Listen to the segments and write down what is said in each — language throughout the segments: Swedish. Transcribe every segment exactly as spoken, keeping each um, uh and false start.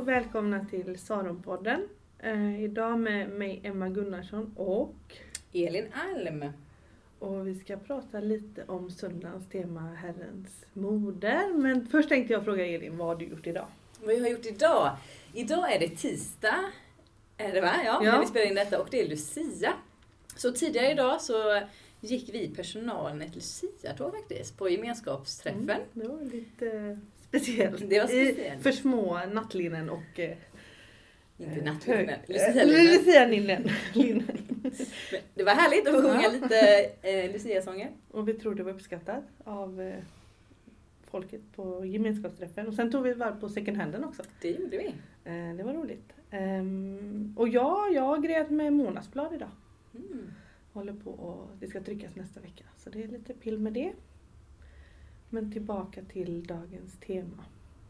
och välkomna till Saronpodden. Eh, idag med mig Emma Gunnarsson och Elin Alm. Och vi ska prata lite om söndagens tema Herrens moder. Men först tänkte jag fråga Elin, vad har du gjort idag? Vad jag har gjort idag? Idag är det tisdag. Är det va? Ja, Ja. när vi spelar in detta. Och det är Lucia. Så tidigare idag så gick vi personalen ett Lucia-tåg faktiskt. På gemenskapsträffen. Mm, det var lite speciellt. Det var speciellt. I, för små nattlinnen och... Eh, Inte eh, nattlinnen. Lucia-linnen. Lucia-linnen. Lucia-linnen. Det var härligt att få sjunga Ja. lite eh, Lucia-sånger. Och vi tror det var uppskattat av eh, folket på gemenskapsträffen. Och sen tog vi ett varv på second handen också. Det gjorde vi. Eh, det var roligt. Ehm, och ja, jag har grejat med månadsblad idag. Mm. Håller på och det ska tryckas nästa vecka. Så det är lite pill med det. Men tillbaka till dagens tema.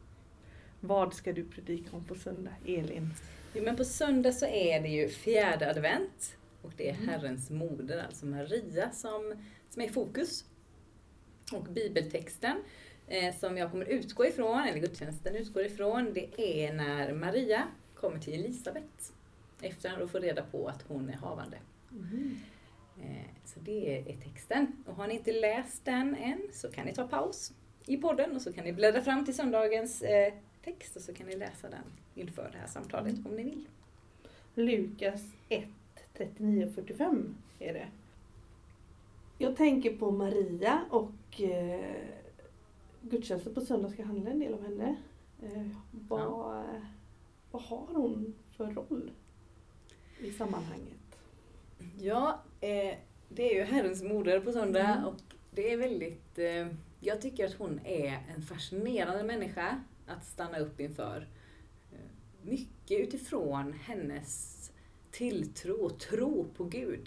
Vad ska du predika om på söndag, Elin? Jo, men på söndag så är det ju fjärde advent. Och det är Herrens moder, alltså Maria, som, som är i fokus. Och bibeltexten eh, som jag kommer utgå ifrån, eller gudstjänsten utgår ifrån, det är när Maria kommer till Elisabet. Efter att få reda på att hon är havande. Mm. Eh, så det är, är texten. Och har ni inte läst den än så kan ni ta paus i podden och så kan ni bläddra fram till söndagens eh, text och så kan ni läsa den inför det här samtalet Mm. om ni vill. Lukas ett, trettionio fyrtiofem är det. Jag tänker på Maria och eh, gudstjänsten på söndag ska handla en del om henne. Eh, vad, Ja. vad har hon för roll i sammanhanget? Ja, eh, det är ju Herrens moder på söndag Mm. och det är väldigt, eh, jag tycker att hon är en fascinerande människa att stanna upp inför. Eh, mycket utifrån hennes tilltro och tro på Gud.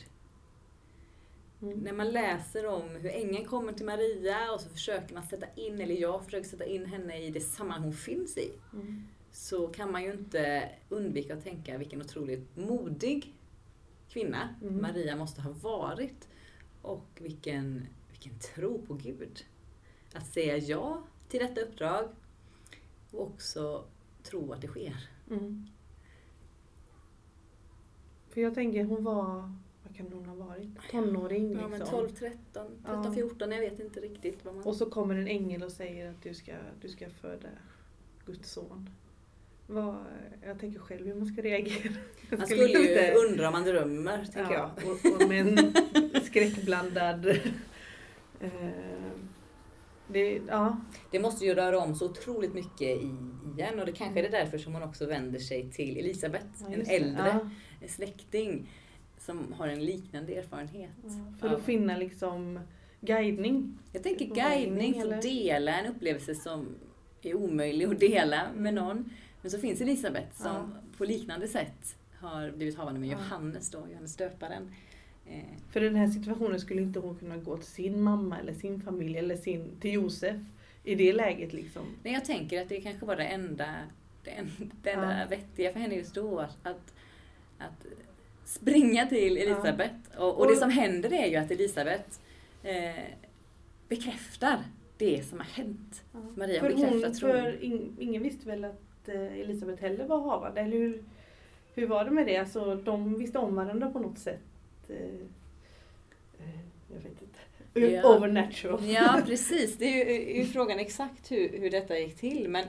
Mm. När man läser om hur ängeln kommer till Maria och så försöker man sätta in, eller jag försöker sätta in henne i det sammanhang hon finns i. Mm. Så kan man ju inte undvika att tänka vilken otroligt modig kvinna Mm. Maria måste ha varit. Och vilken, vilken tro på Gud. Att säga ja till detta uppdrag och också tro att det sker. Mm. För jag tänker hon var, vad kan hon ha varit? Tonåring Ja, liksom. men tolv, tretton, tretton, Ja. fjorton, jag vet inte riktigt vad man... Och så kommer en ängel och säger att du ska, du ska föda Guds son. Vad, jag tänker själv hur man ska reagera. Jag Man ska skulle liksom ju inte- undra om man drömmer, tänker ja, jag. och, och med en skräckblandad... eh, det, ja. Det måste ju röra om så otroligt mycket i, igen och det kanske är det därför som hon också vänder sig till Elisabet, Ja, en just det. äldre Ja, släkting som har en liknande erfarenhet. ja, för Ja. att finna liksom guidning. Jag tänker Vad är guidning, det, få eller? dela en upplevelse som är omöjlig att dela med någon. Men så finns Elisabet som Ja. på liknande sätt har blivit havande med Ja. Johannes då, Johannes döparen. Eh, För i den här situationen skulle inte hon kunna gå till sin mamma eller sin familj eller sin, till Josef i det läget liksom. nej, jag tänker att det kanske var det enda, det enda, det enda Ja. vettiga för henne just då att, att, att springa till Elisabet. Och, och Och- det som händer är ju att Elisabet eh, bekräftar det som har hänt. Ja. Maria för bekräftar hon, tron. för in, ingen visste väl att eh, Elisabet heller var havande, eller hur, hur var det med det? Alltså, de visste om varandra på något sätt. Eh, eh, jag vet inte. Ja. Overnatural. Ja, precis. Det är ju, är ju frågan exakt hur, hur detta gick till. Men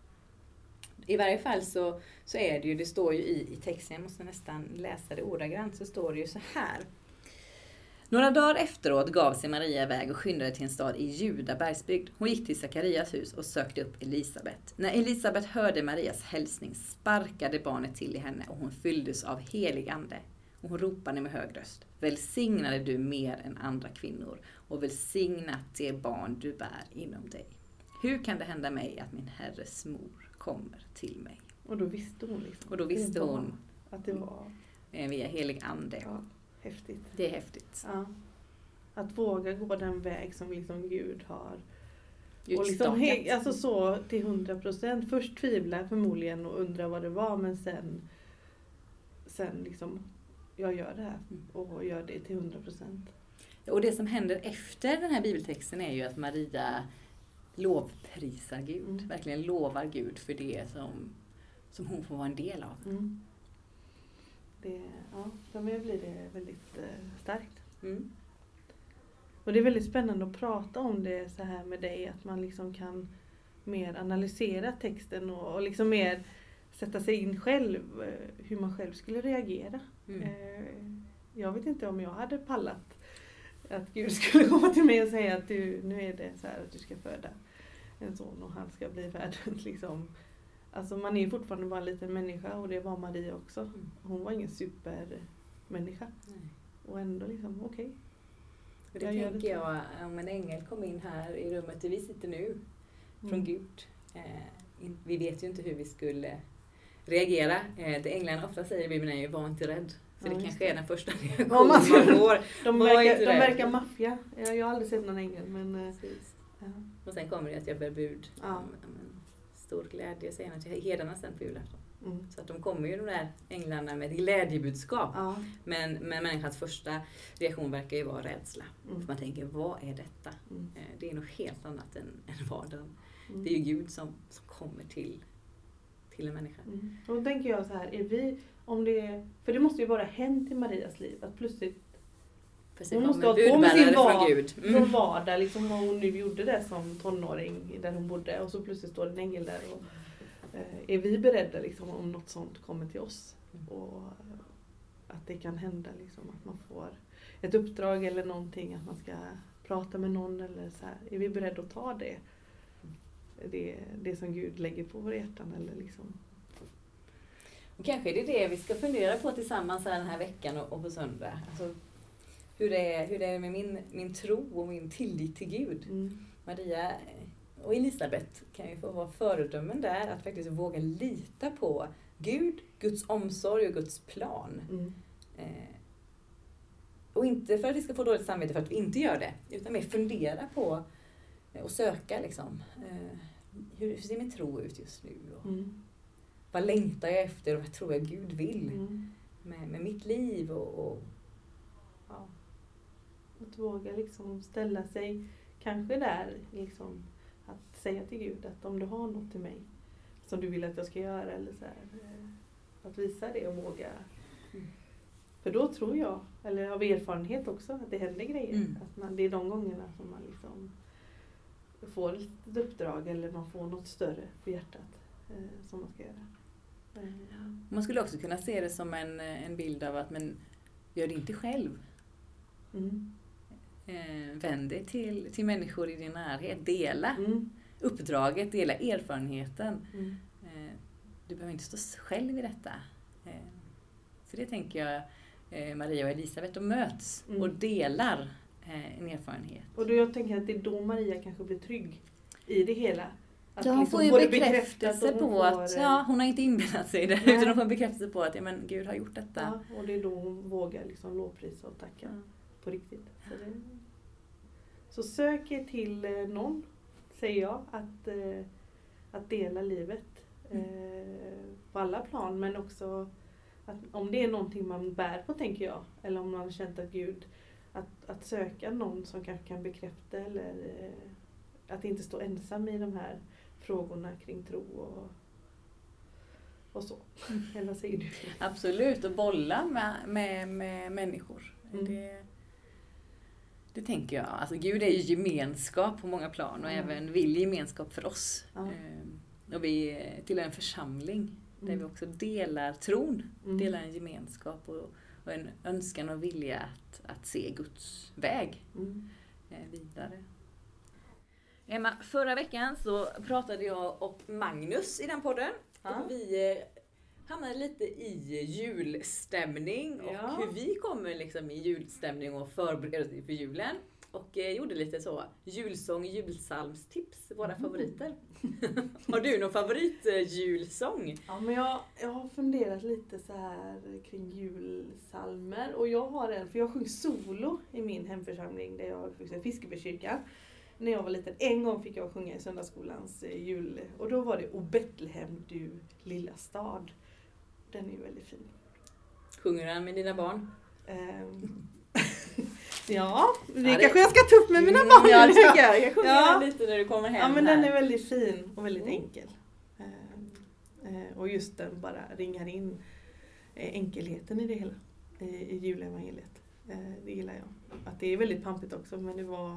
i varje fall så, så är det ju, det står ju i, i texten, jag måste nästan läsa det ordagrant, så står det ju så här. Några dagar efteråt gav sig Maria iväg och skyndade till en stad i Juda bergsbygd. Hon gick till Sakarias hus och sökte upp Elisabet. När Elisabet hörde Marias hälsning sparkade barnet till i henne och hon fylldes av helig ande. Och hon ropade med hög röst. Välsignade du mer än andra kvinnor och välsignat det barn du bär inom dig. Hur kan det hända mig att min herres mor kommer till mig? Och då visste hon liksom. Och då visste Det var- hon Att det var eh, via helig ande. ja, häftigt. Det är häftigt. Ja. Att våga gå den väg som liksom Gud har. Och Utstakat. liksom, he- alltså så till hundra procent. Först tvivla förmodligen och undra vad det var, men sen, sen liksom, jag gör det här Mm. och gör det till hundra procent. Och det som händer efter den här bibeltexten är ju att Maria lovprisar Gud. Mm. Verkligen lovar Gud för det som som hon får vara en del av. Mm. Det, ja, för mig blir det väldigt eh, starkt. Mm. Och det är väldigt spännande att prata om det så här med dig. Att man liksom kan mer analysera texten och, och liksom mer sätta sig in själv. Eh, hur man själv skulle reagera. Mm. Eh, jag vet inte om jag hade pallat att Gud skulle komma till mig och säga att du, nu är det så här att du ska föda en son och han ska bli världens liksom. Alltså man är ju fortfarande bara en liten människa och det var Maria också. Mm. Hon var ingen supermänniska. Nej. Och ändå liksom, okej. Okay. Och det Jag tänker jag, om en ängel kom in här i rummet där vi sitter nu, från Mm. Gud. Eh, in, vi vet ju inte hur vi skulle reagera. Eh, det änglarna ofta säger i Bibeln är ju, var inte rädd. För Ja, det just kanske det. är den första Ja, reaktionen man ska- man får. De Var verkar, inte de rädd. verkar maffia. Jag, jag har aldrig sett någon ängel men... eh, Precis. Ja. Och sen kommer det att jag bär bud. Ja. Om, om en stor glädje säger han att jag herdarna sen på julafton. Mm. Så att de kommer ju de där änglarna med ett glädjebudskap. Ja. Men, men människans första reaktion verkar ju vara rädsla. Mm. För man tänker, vad är detta? Mm. Eh, Det är något helt annat än, än vardagen. Mm. Det är ju Gud som, som kommer till, till en människa. Mm. Och då tänker jag så här, är vi, om det, för det måste ju bara hänt i Marias liv att plötsligt Precis, hon hon måste måste ha på med sin budbärare var- från Gud. från Mm. vardag, liksom vad hon nu gjorde det som tonåring där hon bodde och så plötsligt står det en ängel där och eh, är vi beredda liksom om något sånt kommer till oss Mm. och eh, att det kan hända liksom att man får ett uppdrag eller någonting att man ska prata med någon eller så här, är vi beredda att ta det det, det som Gud lägger på våra hjärtan eller liksom. Och kanske är det det vi ska fundera på tillsammans här den här veckan och, och på söndag. Alltså, hur, det är, hur det är med min, min tro och min tillit till Gud. Mm. Maria och Elisabet kan ju få vara föredömen där, att faktiskt våga lita på Gud, Guds omsorg och Guds plan. Mm. Eh, och inte för att vi ska få dåligt samvete för att vi inte gör det, utan mer fundera på och söka liksom. Eh, hur, hur ser min tro ut just nu? Och Mm. vad längtar jag efter och vad tror jag Gud vill Mm. med, med mitt liv? Och, och Ja. Att våga liksom ställa sig kanske där liksom att säga till Gud att om du har något till mig som du vill att jag ska göra eller så här, eh, att visa det och våga. Mm. För då tror jag, eller av erfarenhet också, att det händer grejer. Mm. Att man, det är de gångerna som man liksom får ett uppdrag eller man får något större på hjärtat eh, som man ska göra. Eh, man skulle också kunna se det som en, en bild av att men gör det inte själv. Mm. Eh, vänd dig till, till människor i din närhet. Dela Mm. uppdraget, dela erfarenheten. Mm. Eh, du behöver inte stå själv i detta. Eh, så det tänker jag, eh, Maria och Elisabet, de möts Mm. och delar eh, en erfarenhet. Och då jag tänker att det är då Maria kanske blir trygg i det hela. Att Ja, hon liksom får ju få det bekräftelse och hon på får, att, eh, ja, hon har inte inbillat sig det, Nej. utan hon får bekräftelse på att ja, men Gud har gjort detta. ja, och det är då hon vågar liksom lovprisa och tacka Ja. på riktigt. Så, det, så sök er till eh, någon, säger jag, att, eh, att dela livet eh, på alla plan. Men också att om det är någonting man bär på, tänker jag, eller om man har känt att Gud, att, att söka någon som kanske kan bekräfta eller eh, att inte stå ensam i de här frågorna kring tro och, och så. Eller vad säger du? Absolut, och bolla med, med, med människor. Mm. Det, det tänker jag. Alltså Gud är ju gemenskap på många plan och Mm. även vill gemenskap för oss. Ja. Ehm, och vi tillhör en församling där Mm. vi också delar tron, Mm. delar en gemenskap och, och en önskan och vilja att, att se Guds väg Mm. eh, vidare. Emma, förra veckan så pratade jag och Magnus i den podden. Ja. Och vi eh, hamnade lite i julstämning och Ja. hur vi kommer liksom i julstämning och förbereder oss för julen. Och eh, gjorde lite så julsång, julsalmstips, våra Mm. favoriter. Har du någon favorit eh, julsång? Ja, men jag, jag har funderat lite så här kring julsalmer och jag har en, för jag sjöng solo i min hemförsamling där jag fick i Fiskebykyrkan. När jag var liten, en gång fick jag sjunga i söndagsskolans eh, jul och då var det O Betlehem, du lilla stad. Den är ju väldigt fin. Sjunger den med dina barn? Ehm, ja, det Ja, det- kanske jag ska ta upp med mina barn. Ja, det tycker jag. Jag sjunger Ja. den lite när du kommer hem Ja, men här. den är väldigt fin och väldigt Mm. enkel. Ehm, ehm, och just den bara ringar in eh, enkelheten i det hela, i, i julevangeliet. Eh, det gillar jag. Att det är väldigt pampigt också, men det var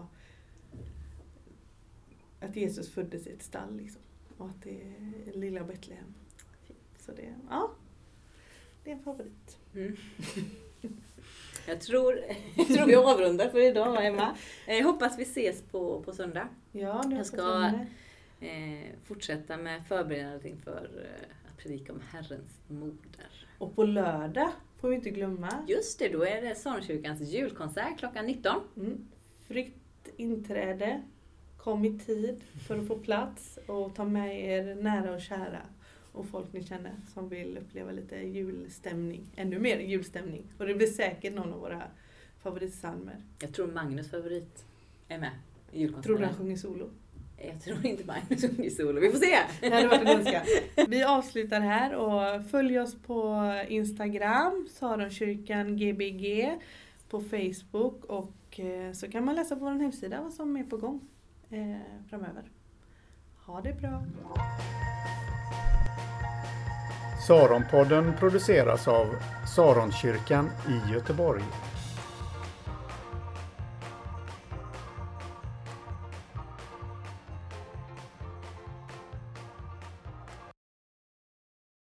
att Jesus föddes i ett stall liksom. Och att det är lilla Betlehem. Så det, ja, det är en favorit. Mm. Jag tror, jag tror vi avrundar för idag, Emma. Jag hoppas vi ses på, på söndag. Ja, det jag ska eh, fortsätta med förberedandet inför eh, att predika om Herrens moder. Och på lördag får vi inte glömma. Just det, då är det Saronkyrkans julkonsert klockan nitton. Mm. Fritt inträde. Kom i tid för att få plats och ta med er nära och kära och folk ni känner som vill uppleva lite julstämning. Ännu mer julstämning. Och det blir säkert någon av våra favoritsalmer. Jag tror Magnus favorit är med i julkonserten. Tror du han sjunger solo? Jag tror inte Magnus sjunger solo. Vi får se! Det hade varit en önskan. Vi avslutar här och följ oss på Instagram, Saronkyrkan G B G, på Facebook och så kan man läsa på vår hemsida vad som är på gång eh, framöver. Ha det bra! Saronpodden produceras av Saronkyrkan i Göteborg.